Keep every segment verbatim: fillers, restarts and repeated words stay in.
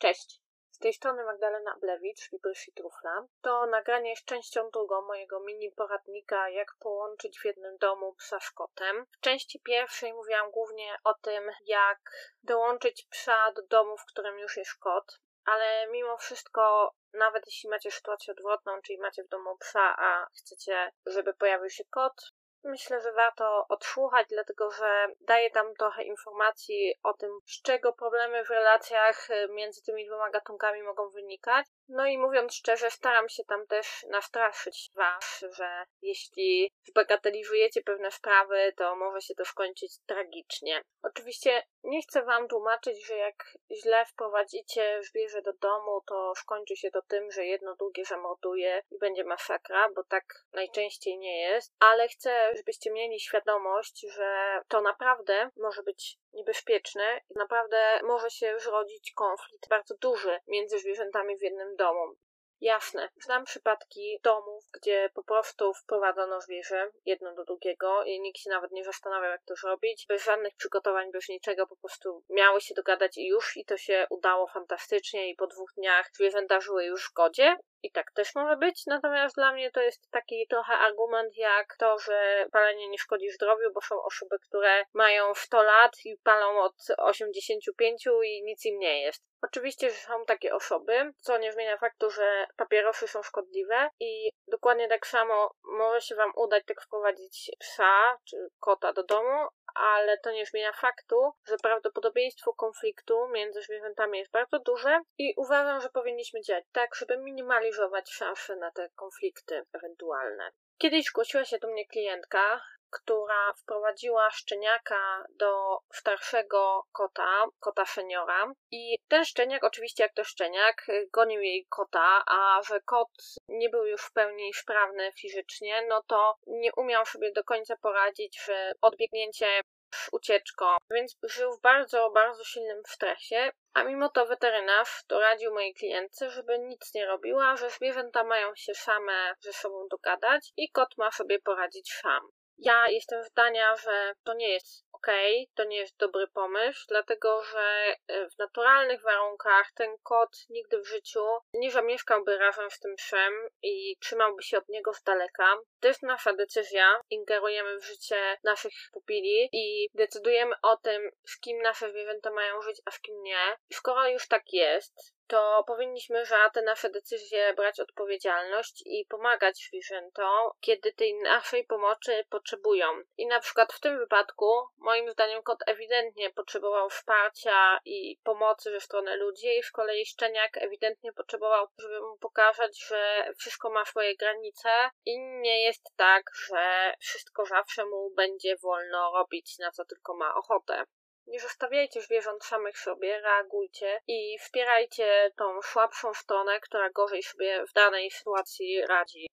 Cześć, z tej strony Magdalena Ablewicz, Vibrysz i Trufla. To nagranie jest częścią drugą mojego mini poradnika, jak połączyć w jednym domu psa z kotem. W części pierwszej mówiłam głównie o tym, jak dołączyć psa do domu, w którym już jest kot, ale mimo wszystko, nawet jeśli macie sytuację odwrotną, czyli macie w domu psa, a chcecie, żeby pojawił się kot, myślę, że warto odsłuchać, dlatego że daje tam trochę informacji o tym, z czego problemy w relacjach między tymi dwoma gatunkami mogą wynikać. No i mówiąc szczerze, staram się tam też nastraszyć was, że jeśli zbagatelizujecie pewne sprawy, to może się to skończyć tragicznie. Oczywiście nie chcę wam tłumaczyć, że jak źle wprowadzicie zwierzę do domu, to skończy się to tym, że jedno drugie zamorduje i będzie masakra, bo tak najczęściej nie jest, ale chcę, żebyście mieli świadomość, że to naprawdę może być niebezpieczne i naprawdę może się zrodzić konflikt bardzo duży między zwierzętami w jednym domu. Jasne, znam przypadki domów, gdzie po prostu wprowadzono zwierzę jedno do drugiego i nikt się nawet nie zastanawiał, jak to zrobić. Bez żadnych przygotowań, bez niczego, po prostu miały się dogadać i już i to się udało fantastycznie i po dwóch dniach zwierzęta żyły już w zgodzie. I tak też może być, natomiast dla mnie to jest taki trochę argument jak to, że palenie nie szkodzi zdrowiu, bo są osoby, które mają sto lat i palą od osiemdziesięciu pięciu i nic im nie jest. Oczywiście, że są takie osoby, co nie zmienia faktu, że papierosy są szkodliwe i dokładnie tak samo może się wam udać tak wprowadzić psa czy kota do domu, ale to nie zmienia faktu, że prawdopodobieństwo konfliktu między zwierzętami jest bardzo duże i uważam, że powinniśmy działać tak, żeby minimalizować szanse na te konflikty ewentualne. Kiedyś zgłosiła się do mnie klientka, która wprowadziła szczeniaka do starszego kota, kota seniora i ten szczeniak, oczywiście jak to szczeniak, gonił jej kota, a że kot nie był już w pełni sprawny fizycznie, no to nie umiał sobie do końca poradzić, że odbiegnięcie z ucieczką, więc żył w bardzo, bardzo silnym stresie, a mimo to weterynarz doradził mojej klientce, żeby nic nie robiła, że zwierzęta mają się same ze sobą dogadać i kot ma sobie poradzić sam. Ja jestem zdania, że to nie jest okej, okay, to nie jest dobry pomysł, dlatego że w naturalnych warunkach ten kot nigdy w życiu nie zamieszkałby razem z tym psem i trzymałby się od niego z daleka. To jest nasza decyzja, ingerujemy w życie naszych pupili i decydujemy o tym, z kim nasze zwierzęta mają żyć, a z kim nie. I skoro już tak jest, to powinniśmy za te nasze decyzje brać odpowiedzialność i pomagać zwierzętom, kiedy tej naszej pomocy potrzebują. I na przykład w tym wypadku, moim zdaniem, kot ewidentnie potrzebował wsparcia i pomocy ze strony ludzi, z kolei szczeniak ewidentnie potrzebował, żeby mu pokazać, że wszystko ma swoje granice i nie jest tak, że wszystko zawsze mu będzie wolno robić, na co tylko ma ochotę. Nie zostawiajcie zwierząt samych sobie, reagujcie i wspierajcie tą słabszą stronę, która gorzej sobie w danej sytuacji radzi.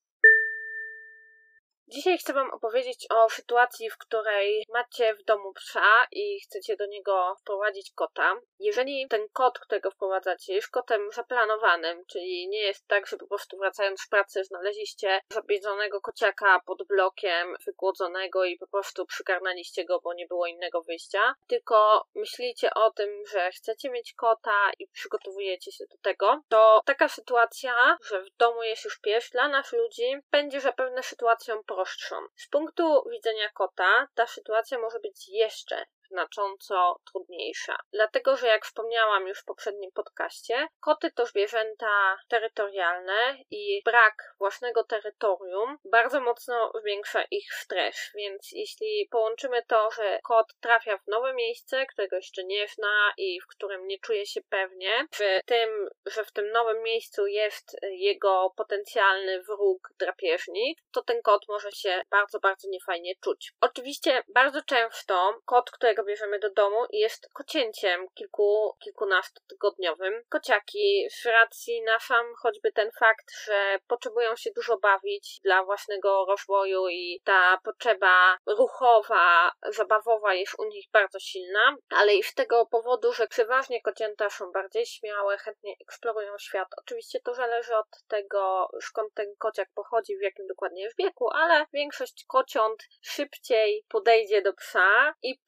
Dzisiaj chcę wam opowiedzieć o sytuacji, w której macie w domu psa i chcecie do niego wprowadzić kota. Jeżeli ten kot, którego wprowadzacie, jest kotem zaplanowanym, czyli nie jest tak, że po prostu wracając z pracy znaleźliście zabiedzonego kociaka pod blokiem, wygłodzonego i po prostu przygarnęliście go, bo nie było innego wyjścia, tylko myślicie o tym, że chcecie mieć kota i przygotowujecie się do tego, to taka sytuacja, że w domu jest już pies, dla nas ludzi będzie zapewne sytuacją prostą. Z punktu widzenia kota ta sytuacja może być jeszcze znacząco trudniejsza. Dlatego, że jak wspomniałam już w poprzednim podcaście, koty to zwierzęta terytorialne i brak własnego terytorium bardzo mocno zwiększa ich stres, więc jeśli połączymy to, że kot trafia w nowe miejsce, którego jeszcze nie zna i w którym nie czuje się pewnie, z tym, że w tym nowym miejscu jest jego potencjalny wróg, drapieżnik, to ten kot może się bardzo, bardzo niefajnie czuć. Oczywiście bardzo często kot, którego bierzemy do domu i jest kocięciem kilku, kilkunastotygodniowym. Kociaki z racji na sam choćby ten fakt, że potrzebują się dużo bawić dla własnego rozwoju i ta potrzeba ruchowa, zabawowa jest u nich bardzo silna, ale i z tego powodu, że przeważnie kocięta są bardziej śmiałe, chętnie eksplorują świat. Oczywiście to zależy od tego, skąd ten kociak pochodzi, w jakim dokładnie jest wieku, ale większość kociąt szybciej podejdzie do psa i pewnie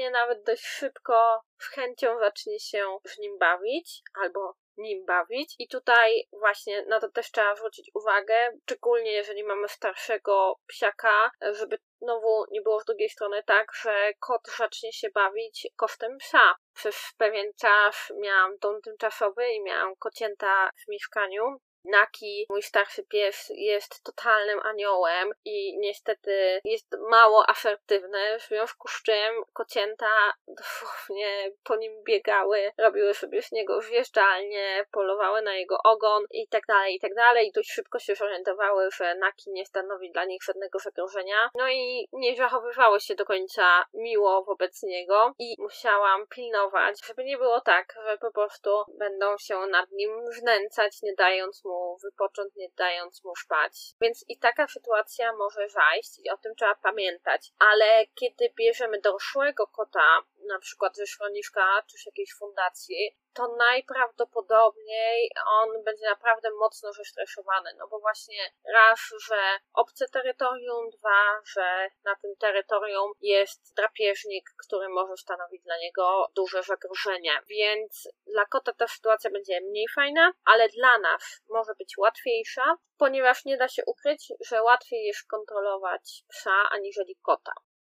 czasami nawet dość szybko z chęcią zacznie się w nim bawić, albo nim bawić. I tutaj właśnie na to też trzeba zwrócić uwagę, szczególnie jeżeli mamy starszego psiaka, żeby znowu nie było z drugiej strony tak, że kot zacznie się bawić kosztem psa. Przez pewien czas miałam dom tymczasowy i miałam kocięta w mieszkaniu. Naki, mój starszy pies, jest totalnym aniołem i niestety jest mało asertywny, w związku z czym kocięta dosłownie po nim biegały, robiły sobie z niego zjeżdżalnie, polowały na jego ogon i tak dalej, i tak dalej. I dość szybko się zorientowały, że Naki nie stanowi dla nich żadnego zagrożenia. No i nie zachowywały się do końca miło wobec niego i musiałam pilnować, żeby nie było tak, że po prostu będą się nad nim znęcać, nie dając mu wypocząć, nie dając mu spać. Więc i taka sytuacja może zajść i o tym trzeba pamiętać. Ale kiedy bierzemy dorosłego kota, na przykład ze schroniska czy z jakiejś fundacji, to najprawdopodobniej on będzie naprawdę mocno zestresowany, no bo właśnie raz, że obce terytorium, dwa, że na tym terytorium jest drapieżnik, który może stanowić dla niego duże zagrożenie. Więc dla kota ta sytuacja będzie mniej fajna, ale dla nas może być łatwiejsza, ponieważ nie da się ukryć, że łatwiej jest kontrolować psa aniżeli kota.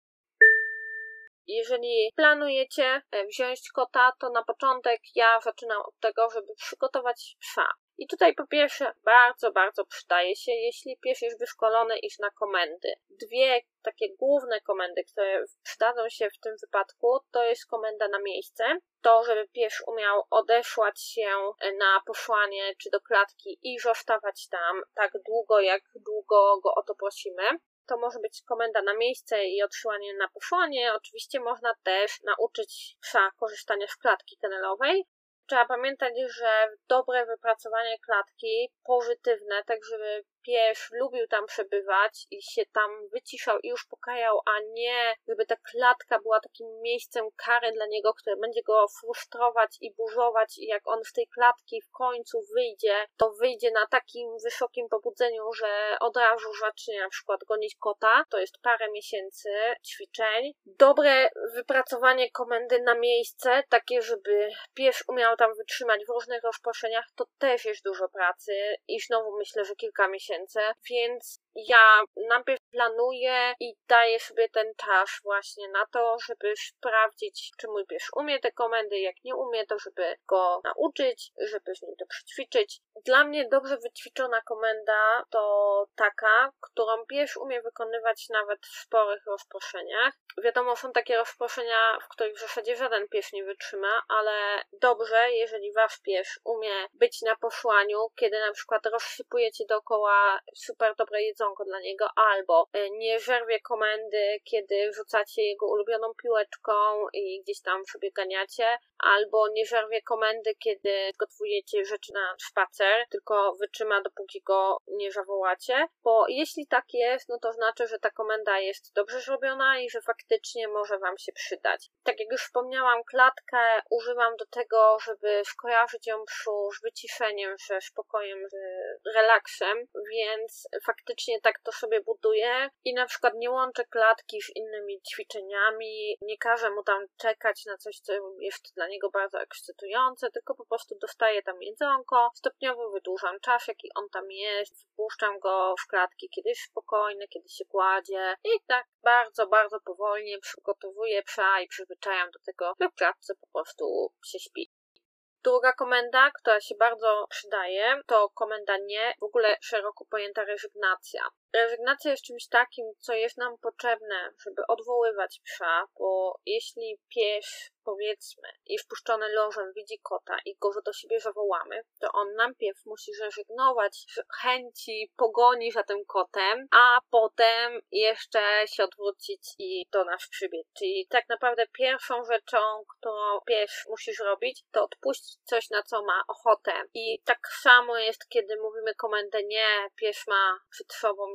Jeżeli planujecie wziąć kota, to na początek ja zaczynam od tego, żeby przygotować psa. I tutaj po pierwsze bardzo, bardzo przydaje się, jeśli pies jest wyszkolony, iść na komendy. Dwie takie główne komendy, które przydadzą się w tym wypadku, to jest komenda na miejsce. To, żeby pies umiał odesłać się na posłanie czy do klatki i zostawać tam tak długo, jak długo go o to prosimy. To może być komenda na miejsce i odsyłanie na posłanie. Oczywiście można też nauczyć psa korzystania z klatki kennelowej. Trzeba pamiętać, że dobre wypracowanie klatki, pozytywne, tak żeby pies lubił tam przebywać i się tam wyciszał i uspokajał, a nie żeby ta klatka była takim miejscem kary dla niego, które będzie go frustrować i burzować i jak on z tej klatki w końcu wyjdzie, to wyjdzie na takim wysokim pobudzeniu, że od razu zacznie na przykład gonić kota. To jest parę miesięcy ćwiczeń. Dobre wypracowanie komendy na miejsce, takie żeby pies umiał tam wytrzymać w różnych rozproszeniach, to też jest dużo pracy i znowu myślę, że kilka miesięcy. Więc ja najpierw planuję i daję sobie ten czas właśnie na to, żeby sprawdzić, czy mój pies umie te komendy, jak nie umie, to żeby go nauczyć, żeby z nim to przećwiczyć. Dla mnie dobrze wyćwiczona komenda to taka, którą pies umie wykonywać nawet w sporych rozproszeniach. Wiadomo, są takie rozproszenia, w których w zasadzie żaden pies nie wytrzyma, ale dobrze, jeżeli wasz pies umie być na posłaniu, kiedy na przykład rozsypujecie dookoła super dobre jedzonko dla niego, albo nie żerwie komendy, kiedy rzucacie jego ulubioną piłeczką i gdzieś tam sobie ganiacie, albo nie żerwie komendy, kiedy gotujecie rzeczy na spacer, tylko wytrzyma, dopóki go nie zawołacie, bo jeśli tak jest, no to znaczy, że ta komenda jest dobrze zrobiona i że faktycznie może wam się przydać. Tak jak już wspomniałam, klatkę używam do tego, żeby skojarzyć ją psu z wyciszeniem, ze spokojem, z relaksem, więc faktycznie tak to sobie buduję i na przykład nie łączę klatki z innymi ćwiczeniami, nie każę mu tam czekać na coś, co jest dla niego bardzo ekscytujące, tylko po prostu dostaję tam jedzonko, stopniowo wydłużam czas, jaki on tam jest, wpuszczam go w klatki, kiedyś spokojne, kiedy się kładzie i tak bardzo, bardzo powolnie przygotowuję psa i przyzwyczajam do tego, że w klatce po prostu się śpi. Druga komenda, która się bardzo przydaje, to komenda nie, w ogóle szeroko pojęta rezygnacja. Rezygnacja jest czymś takim, co jest nam potrzebne, żeby odwoływać psa, bo jeśli pies, powiedzmy, jest puszczony lożem, widzi kota i go do siebie zawołamy, to on najpierw musi zrezygnować z chęci pogoni za tym kotem, a potem jeszcze się odwrócić i do nas przybiec. Czyli tak naprawdę pierwszą rzeczą, którą pies musi zrobić, to odpuścić coś, na co ma ochotę. I tak samo jest, kiedy mówimy komendę nie, pies ma przed sobą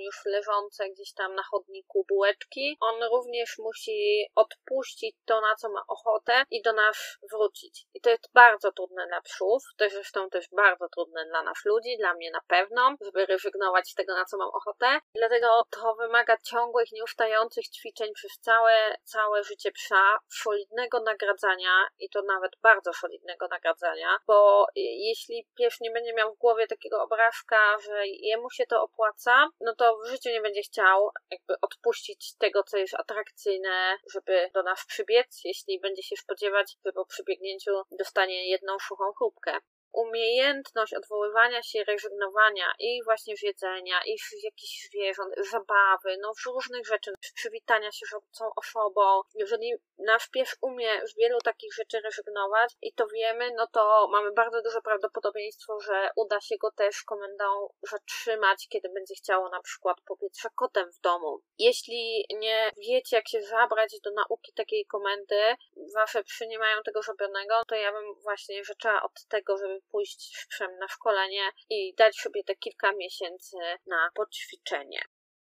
już leżące gdzieś tam na chodniku bułeczki, on również musi odpuścić to, na co ma ochotę i do nas wrócić. I to jest bardzo trudne dla psów, to jest zresztą też bardzo trudne dla nas ludzi, dla mnie na pewno, żeby rezygnować z tego, na co mam ochotę. Dlatego to wymaga ciągłych, nieustających ćwiczeń przez całe, całe życie psa, solidnego nagradzania i to nawet bardzo solidnego nagradzania, bo jeśli pies nie będzie miał w głowie takiego obrazka, że jemu się to opłaca, no to w życiu nie będzie chciał jakby odpuścić tego, co jest atrakcyjne, żeby do nas przybiec, jeśli będzie się spodziewać, że po przybiegnięciu dostanie jedną suchą chrupkę. Umiejętność odwoływania się, rezygnowania i właśnie z jedzenia, i z jakichś zwierząt, zabawy, no z różnych rzeczy, przywitania się z obcą osobą. Jeżeli nasz pies umie z wielu takich rzeczy rezygnować i to wiemy, no to mamy bardzo duże prawdopodobieństwo, że uda się go też komendą zatrzymać, kiedy będzie chciało na przykład pobiec za kotem w domu. Jeśli nie wiecie, jak się zabrać do nauki takiej komendy, wasze psy nie mają tego zrobionego, to ja bym właśnie zaczęła od tego, żeby pójść z psem na szkolenie i dać sobie te kilka miesięcy na poćwiczenie.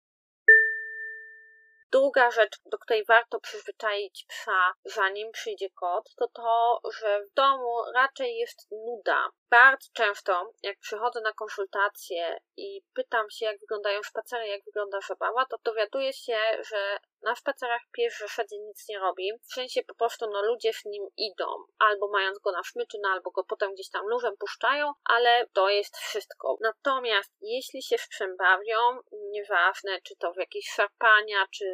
Druga rzecz, do której warto przyzwyczaić psa, zanim przyjdzie kot, to to, że w domu raczej jest nuda. Bardzo często, jak przychodzę na konsultacje i pytam się, jak wyglądają spacery, jak wygląda zabawa, to dowiaduję się, że na spacerach pies w zasadzie nic nie robi. W sensie po prostu no ludzie z nim idą, albo mając go na smyczy, no albo go potem gdzieś tam luzem puszczają, ale to jest wszystko. Natomiast jeśli się z psem bawią, nieważne czy to w jakieś szarpania, czy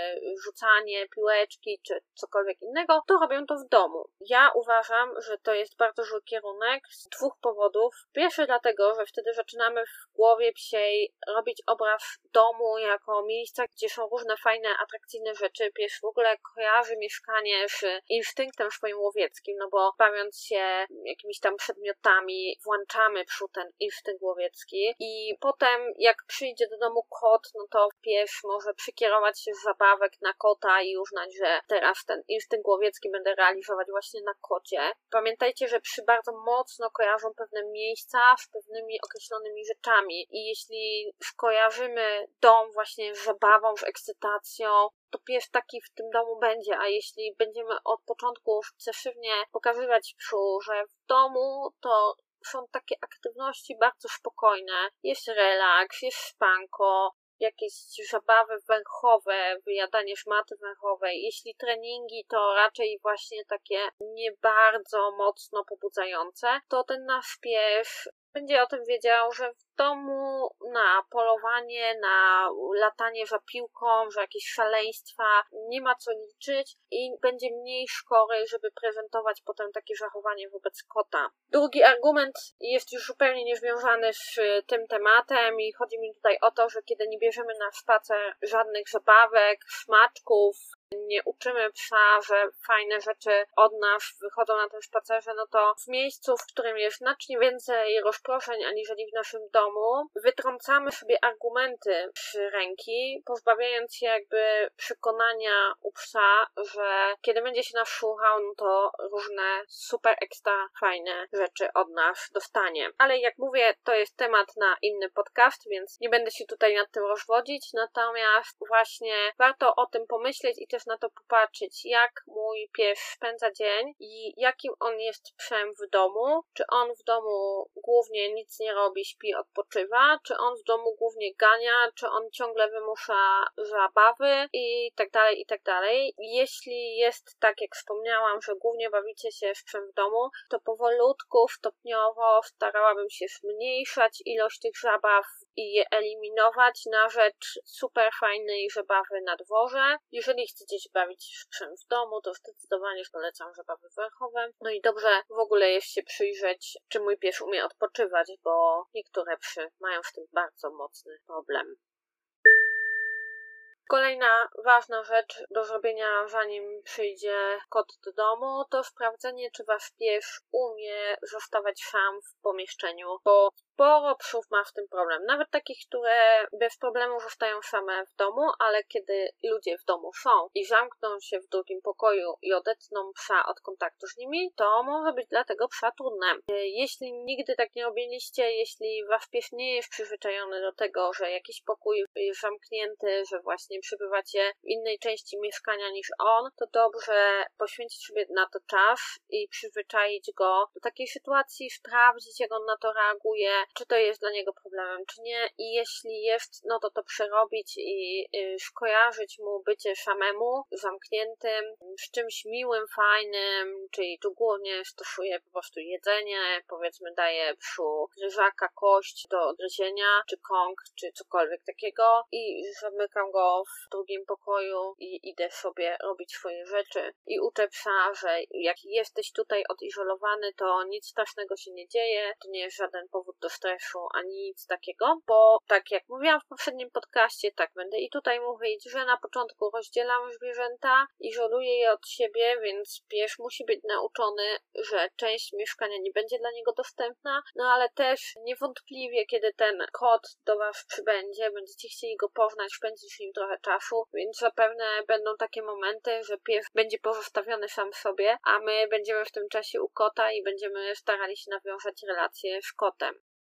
rzucanie piłeczki, czy cokolwiek innego, to robią to w domu. Ja uważam, że to jest bardzo zły kierunek z dwóch powodów. Pierwszy dlatego, że wtedy zaczynamy w głowie psiej robić obraz domu jako miejsca, gdzie są różne fajne, atrakcyjne rzeczy. Pies w ogóle kojarzy mieszkanie z instynktem swoim łowieckim, no bo bawiąc się jakimiś tam przedmiotami, włączamy psu ten instynkt łowiecki i potem jak przyjdzie do domu kot, no to pies może przykierować się z zabawek na kota i uznać, że teraz ten instynkt łowiecki będę realizować właśnie na kocie. Pamiętajcie, że psy bardzo mocno kojarzą pewne miejsca z pewnymi określonymi rzeczami i jeśli skojarzymy dom właśnie z zabawą, z ekscytacją, to pies taki w tym domu będzie, a jeśli będziemy od początku sukcesywnie pokazywać psu, że w domu to są takie aktywności bardzo spokojne, jest relaks, jest spanko, jakieś zabawy węchowe, wyjadanie szmaty węchowej. Jeśli treningi, to raczej właśnie takie nie bardzo mocno pobudzające, to ten nasz pies będzie o tym wiedział, że w domu na polowanie, na latanie za piłką, że jakieś szaleństwa nie ma co liczyć i będzie mniej szkory, żeby prezentować potem takie zachowanie wobec kota. Drugi argument jest już zupełnie niezwiązany z tym tematem i chodzi mi tutaj o to, że kiedy nie bierzemy na spacer żadnych zabawek, smaczków, nie uczymy psa, że fajne rzeczy od nas wychodzą na tym spacerze, no to w miejscu, w którym jest znacznie więcej rozproszeń aniżeli w naszym domu, wytrącamy sobie argumenty z ręki, pozbawiając się jakby przekonania u psa, że kiedy będzie się nas słuchał, no to różne super ekstra fajne rzeczy od nas dostanie. Ale jak mówię, to jest temat na inny podcast, więc nie będę się tutaj nad tym rozwodzić, natomiast właśnie warto o tym pomyśleć i też na to popatrzeć, jak mój pies spędza dzień i jakim on jest psem w domu. Czy on w domu głównie nic nie robi, śpi, odpoczywa, czy on w domu głównie gania, czy on ciągle wymusza zabawy i tak dalej, i tak dalej. Jeśli jest tak, jak wspomniałam, że głównie bawicie się z psem w domu, to powolutku, stopniowo starałabym się zmniejszać ilość tych zabaw i je eliminować na rzecz super fajnej zabawy na dworze. Jeżeli chcecie się bawić z psem w domu, to zdecydowanie polecam zabawy węchowe. No i dobrze w ogóle jest się przyjrzeć, czy mój pies umie odpoczywać, bo niektóre psy mają z tym bardzo mocny problem. Kolejna ważna rzecz do zrobienia, zanim przyjdzie kot do domu, to sprawdzenie, czy wasz pies umie zostawać sam w pomieszczeniu, bo sporo psów ma w tym problem. Nawet takich, które bez problemu zostają same w domu, ale kiedy ludzie w domu są i zamkną się w drugim pokoju i odetną psa od kontaktu z nimi, to może być dla tego psa trudne. Jeśli nigdy tak nie robiliście, jeśli wasz pies nie jest przyzwyczajony do tego, że jakiś pokój jest zamknięty, że właśnie przebywacie w innej części mieszkania niż on, to dobrze poświęcić sobie na to czas i przyzwyczaić go do takiej sytuacji, sprawdzić, jak on na to reaguje, czy to jest dla niego problemem, czy nie. I jeśli jest, no to to przerobić i y, skojarzyć mu bycie samemu, zamkniętym, z czymś miłym, fajnym, czyli tu głównie stosuje po prostu jedzenie, powiedzmy daje psu gryzaka, kość do gryzienia, czy kąk, czy cokolwiek takiego i zamykam go w drugim pokoju i idę sobie robić swoje rzeczy i uczę psa, że jak jesteś tutaj odizolowany, to nic strasznego się nie dzieje, to nie jest żaden powód do stresu, ani nic takiego, bo tak jak mówiłam w poprzednim podcaście, tak będę i tutaj mówić, że na początku rozdzielam zwierzęta, izoluję je od siebie, więc pies musi być nauczony, że część mieszkania nie będzie dla niego dostępna, no ale też niewątpliwie, kiedy ten kot do was przybędzie, będziecie chcieli go poznać, spędzić z nim trochę czasu, więc zapewne będą takie momenty, że pies będzie pozostawiony sam sobie, a my będziemy w tym czasie u kota i będziemy starali się nawiązać relacje z kotem.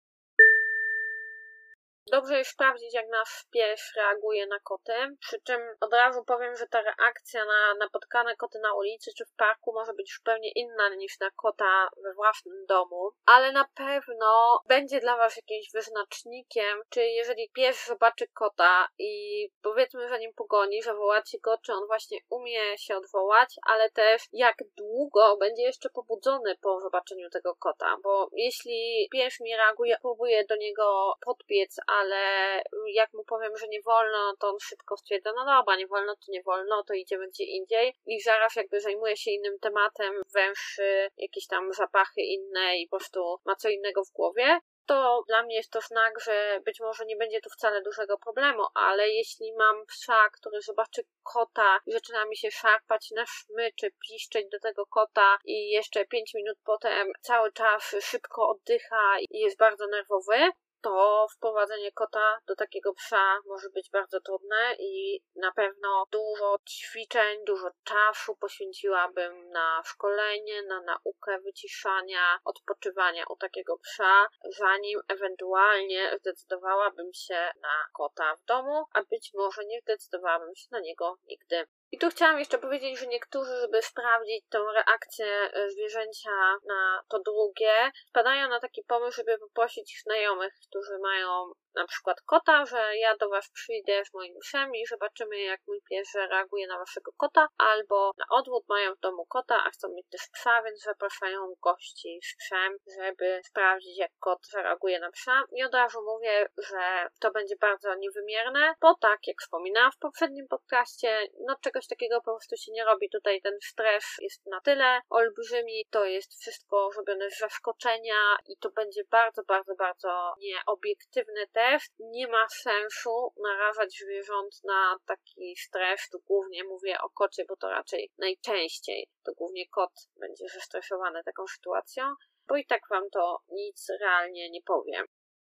Dobrze jest sprawdzić, jak nasz pies reaguje na koty, przy czym od razu powiem, że ta reakcja na napotkane koty na ulicy czy w parku może być zupełnie inna niż na kota we własnym domu, ale na pewno będzie dla was jakimś wyznacznikiem, czy jeżeli pies zobaczy kota i powiedzmy, że nim pogoni, zawołacie go, czy on właśnie umie się odwołać, ale też jak długo będzie jeszcze pobudzony po zobaczeniu tego kota, bo jeśli pies mi reaguje, próbuje do niego podbiec, ale jak mu powiem, że nie wolno, to on szybko stwierdza, no dobra, nie wolno, to nie wolno, to idziemy gdzie indziej i zaraz jakby zajmuje się innym tematem, węszy, jakieś tam zapachy inne i po prostu ma co innego w głowie. To dla mnie jest to znak, że być może nie będzie tu wcale dużego problemu, ale jeśli mam psa, który zobaczy kota i zaczyna mi się szarpać na smyczy, piszczeć do tego kota i jeszcze pięć minut potem cały czas szybko oddycha i jest bardzo nerwowy, to wprowadzenie kota do takiego psa może być bardzo trudne i na pewno dużo ćwiczeń, dużo czasu poświęciłabym na szkolenie, na naukę wyciszania, odpoczywania u takiego psa, zanim ewentualnie zdecydowałabym się na kota w domu, a być może nie zdecydowałabym się na niego nigdy. I tu chciałam jeszcze powiedzieć, że niektórzy, żeby sprawdzić tą reakcję zwierzęcia na to drugie, wpadają na taki pomysł, żeby poprosić znajomych, którzy mają na przykład kota, że ja do was przyjdę z moim psem i zobaczymy, jak mój pies reaguje na waszego kota, albo na odwrót mają w domu kota, a chcą mieć też psa, więc zapraszają gości z psem, żeby sprawdzić, jak kot zareaguje na psa. I od razu mówię, że to będzie bardzo niewymierne, bo tak jak wspominałam w poprzednim podcaście, no czegoś takiego po prostu się nie robi. Tutaj ten stres jest na tyle olbrzymi, to jest wszystko zrobione z zaskoczenia i to będzie bardzo, bardzo, bardzo nieobiektywny test. Nie ma sensu narażać zwierząt na taki stres, tu głównie mówię o kocie, bo to raczej najczęściej to głównie kot będzie zestresowany taką sytuacją, bo i tak wam to nic realnie nie powiem.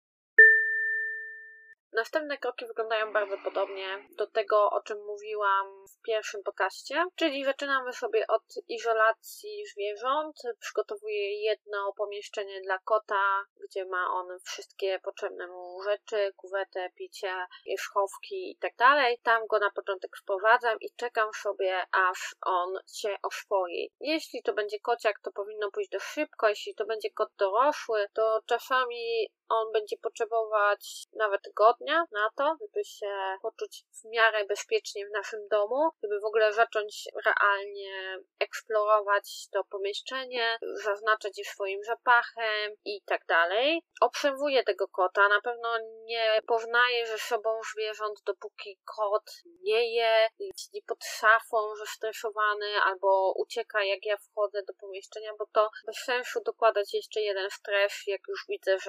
Następne kroki wyglądają bardzo podobnie do tego, o czym mówiłam w pierwszym podcaście, czyli zaczynamy sobie od izolacji zwierząt. Przygotowuję jedno pomieszczenie dla kota, gdzie ma on wszystkie potrzebne mu rzeczy, kuwetę, picie, schowki i tak dalej. Tam go na początek wprowadzam i czekam sobie, aż on się oswoi. Jeśli to będzie kociak, to powinno pójść dość szybko. Jeśli to będzie kot dorosły, to czasami on będzie potrzebować nawet tygodnia na to, żeby się poczuć w miarę bezpiecznie w naszym domu, żeby w ogóle zacząć realnie eksplorować to pomieszczenie, zaznaczać je swoim zapachem i tak dalej. Obserwuję tego kota, na pewno nie poznaję ze sobą zwierząt, dopóki kot nie je, siedzi pod szafą zestresowany albo ucieka, jak ja wchodzę do pomieszczenia, bo to bez sensu dokładać jeszcze jeden stres, jak już widzę, że kot ma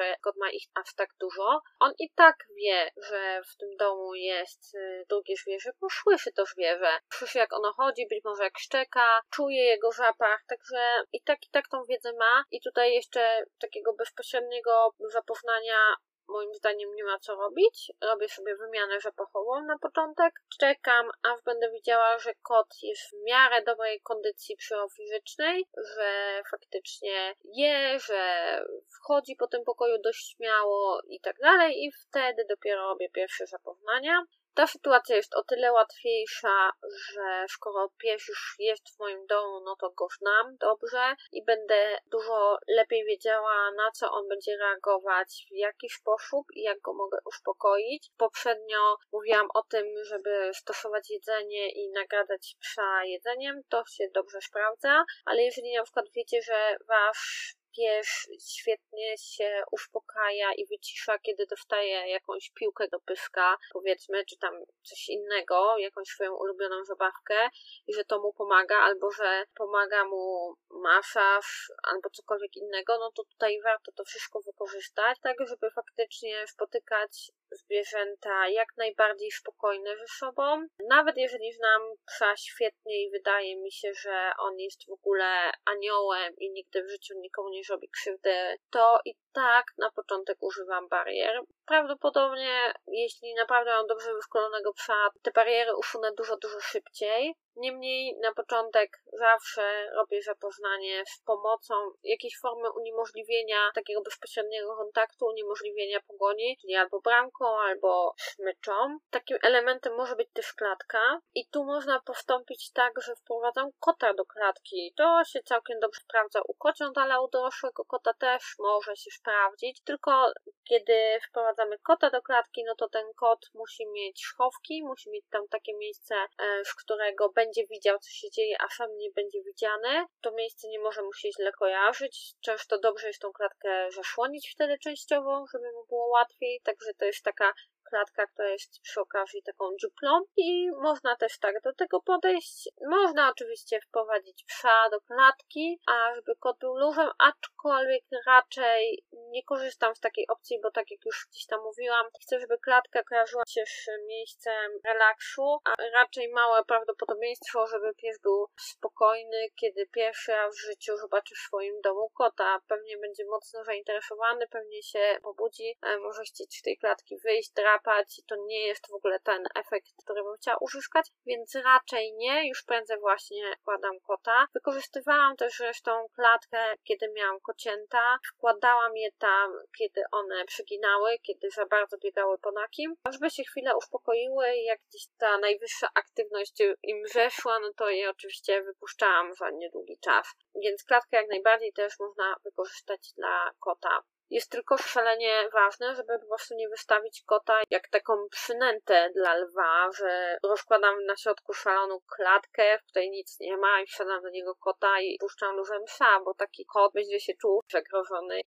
ma ich aż tak dużo. On i tak wie, że w tym domu jest y, drugie zwierzę, bo słyszy to zwierzę. Słyszy, jak ono chodzi, być może jak szczeka, czuje jego zapach, także i tak, i tak tą wiedzę ma. I tutaj jeszcze takiego bezpośredniego zapoznania moim zdaniem nie ma co robić. Robię sobie wymianę zapachową na początek. Czekam, aż będę widziała, że kot jest w miarę dobrej kondycji psychofizycznej, że faktycznie je, że wchodzi po tym pokoju dość śmiało i tak dalej i wtedy dopiero robię pierwsze zapoznania. Ta sytuacja jest o tyle łatwiejsza, że skoro pies już jest w moim domu, no to go znam dobrze i będę dużo lepiej wiedziała, na co on będzie reagować, w jaki sposób i jak go mogę uspokoić. Poprzednio mówiłam o tym, żeby stosować jedzenie i nagradzać psa jedzeniem, to się dobrze sprawdza, ale jeżeli na przykład wiecie, że wasz pies świetnie się uspokaja i wycisza, kiedy dostaje jakąś piłkę do pyska, powiedzmy, czy tam coś innego, jakąś swoją ulubioną zabawkę i że to mu pomaga, albo że pomaga mu masaż, albo cokolwiek innego, no to tutaj warto to wszystko wykorzystać, tak żeby faktycznie spotykać zwierzęta jak najbardziej spokojne ze sobą. Nawet jeżeli znam psa świetnie i wydaje mi się, że on jest w ogóle aniołem i nigdy w życiu nikomu nie zrobi krzywdy, to i tak na początek używam barier. Prawdopodobnie, jeśli naprawdę mam dobrze wyszkolonego psa, te bariery usunę dużo, dużo szybciej. Niemniej na początek zawsze robię zapoznanie z pomocą jakiejś formy uniemożliwienia takiego bezpośredniego kontaktu, uniemożliwienia pogoni, czyli albo bramką, albo smyczą. Takim elementem może być też klatka i tu można postąpić tak, że wprowadzam kota do klatki. To się całkiem dobrze sprawdza u kociąt, ale u dorosłego kota też może się sprawdzić, tylko kiedy wprowadzamy kota do klatki, no to ten kot musi mieć schowki, musi mieć tam takie miejsce, z którego będzie widział, co się dzieje, a sam nie będzie widziany. To miejsce nie może mu się źle kojarzyć. Często dobrze jest tą klatkę zasłonić wtedy częściowo, żeby mu było łatwiej. Także to jest taka klatka, która jest przy okazji taką dziuplą i można też tak do tego podejść. Można oczywiście wprowadzić psa do klatki, a żeby kot był luzem, aczkolwiek raczej nie korzystam z takiej opcji, bo tak jak już gdzieś tam mówiłam, chcę, żeby klatka kojarzyła się z miejscem relaksu, a raczej małe prawdopodobieństwo, żeby pies był spokojny, kiedy pierwszy raz w życiu zobaczy w swoim domu kota. Pewnie będzie mocno zainteresowany, pewnie się pobudzi, może chcieć z tej klatki wyjść, drapać i to nie jest w ogóle ten efekt, który bym chciała uzyskać, więc raczej nie, już prędzej właśnie wkładam kota. Wykorzystywałam też zresztą klatkę, kiedy miałam kocięta, wkładałam je tam, kiedy one przyginały, kiedy za bardzo biegały po nakim, żeby się chwilę uspokoiły i jak gdzieś ta najwyższa aktywność im zeszła, no to je oczywiście wypuszczałam za niedługi czas. Więc klatkę jak najbardziej też można wykorzystać dla kota. Jest tylko szalenie ważne, żeby po prostu nie wystawić kota jak taką przynętę dla lwa, że rozkładam na środku salonu klatkę, w której nic nie ma i wsiadam do niego kota i puszczam luzem psa, bo taki kot będzie się czuł zagrożony.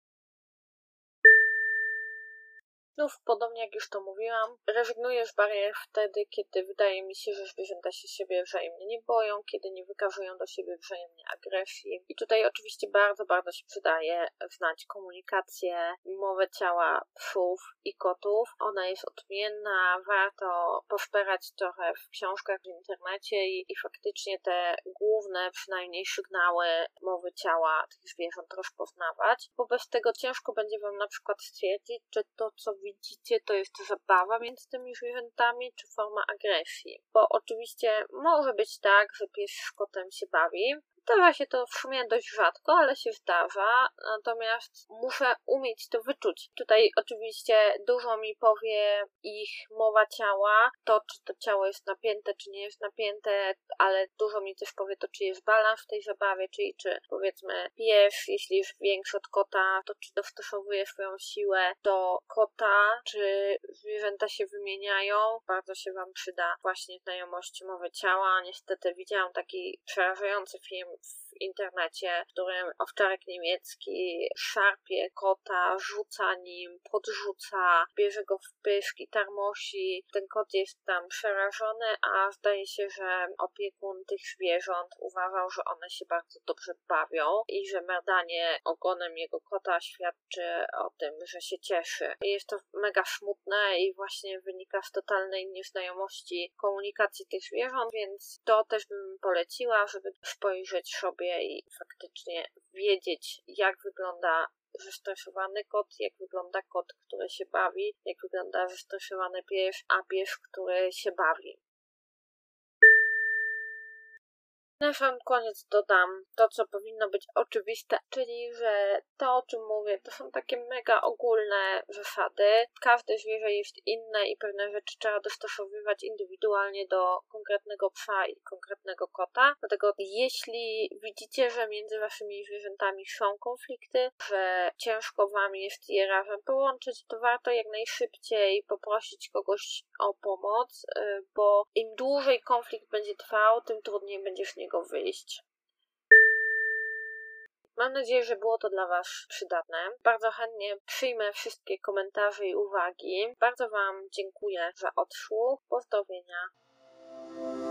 Znów, podobnie jak już to mówiłam, rezygnuję z barier wtedy, kiedy wydaje mi się, że zwierzęta się siebie wzajemnie nie boją, kiedy nie wykazują do siebie wzajemnie agresji. I tutaj oczywiście bardzo, bardzo się przydaje znać komunikację, mowę ciała psów i kotów. Ona jest odmienna, warto poszperać trochę w książkach w internecie i, i faktycznie te główne przynajmniej sygnały mowy ciała tych zwierząt rozpoznawać, bo bez tego ciężko będzie wam na przykład stwierdzić, czy to, co widzicie, to jest zabawa między tymi zwierzętami, czy forma agresji. Bo oczywiście może być tak, że pies z kotem się bawi. Zdarza się to w sumie dość rzadko, ale się zdarza, natomiast muszę umieć to wyczuć. Tutaj oczywiście dużo mi powie ich mowa ciała, to czy to ciało jest napięte, czy nie jest napięte, ale dużo mi też powie to, czy jest balans w tej zabawie, czyli czy powiedzmy pies, jeśli jest większy od kota, to czy dostosowuje swoją siłę do kota, czy zwierzęta się wymieniają. Bardzo się wam przyda właśnie znajomość mowy ciała. Niestety widziałam taki przerażający film w w internecie, w którym owczarek niemiecki szarpie kota, rzuca nim, podrzuca, bierze go w pysk i tarmosi. Ten kot jest tam przerażony, a zdaje się, że opiekun tych zwierząt uważał, że one się bardzo dobrze bawią i że merdanie ogonem jego kota świadczy o tym, że się cieszy. Jest to mega smutne i właśnie wynika z totalnej nieznajomości komunikacji tych zwierząt, więc to też bym poleciła, żeby spojrzeć sobie i faktycznie wiedzieć, jak wygląda zestresowany kot, jak wygląda kot, który się bawi, jak wygląda zestresowany pies, a pies, który się bawi. Na sam koniec dodam to, co powinno być oczywiste, czyli, że to, o czym mówię, to są takie mega ogólne zasady. Każde zwierzę jest inne i pewne rzeczy trzeba dostosowywać indywidualnie do konkretnego psa i konkretnego kota. Dlatego jeśli widzicie, że między waszymi zwierzętami są konflikty, że ciężko wam jest je razem połączyć, to warto jak najszybciej poprosić kogoś o pomoc, bo im dłużej konflikt będzie trwał, tym trudniej będzie z niego wyjść. Mam nadzieję, że było to dla was przydatne. Bardzo chętnie przyjmę wszystkie komentarze i uwagi. Bardzo wam dziękuję za odsłuch. Pozdrowienia.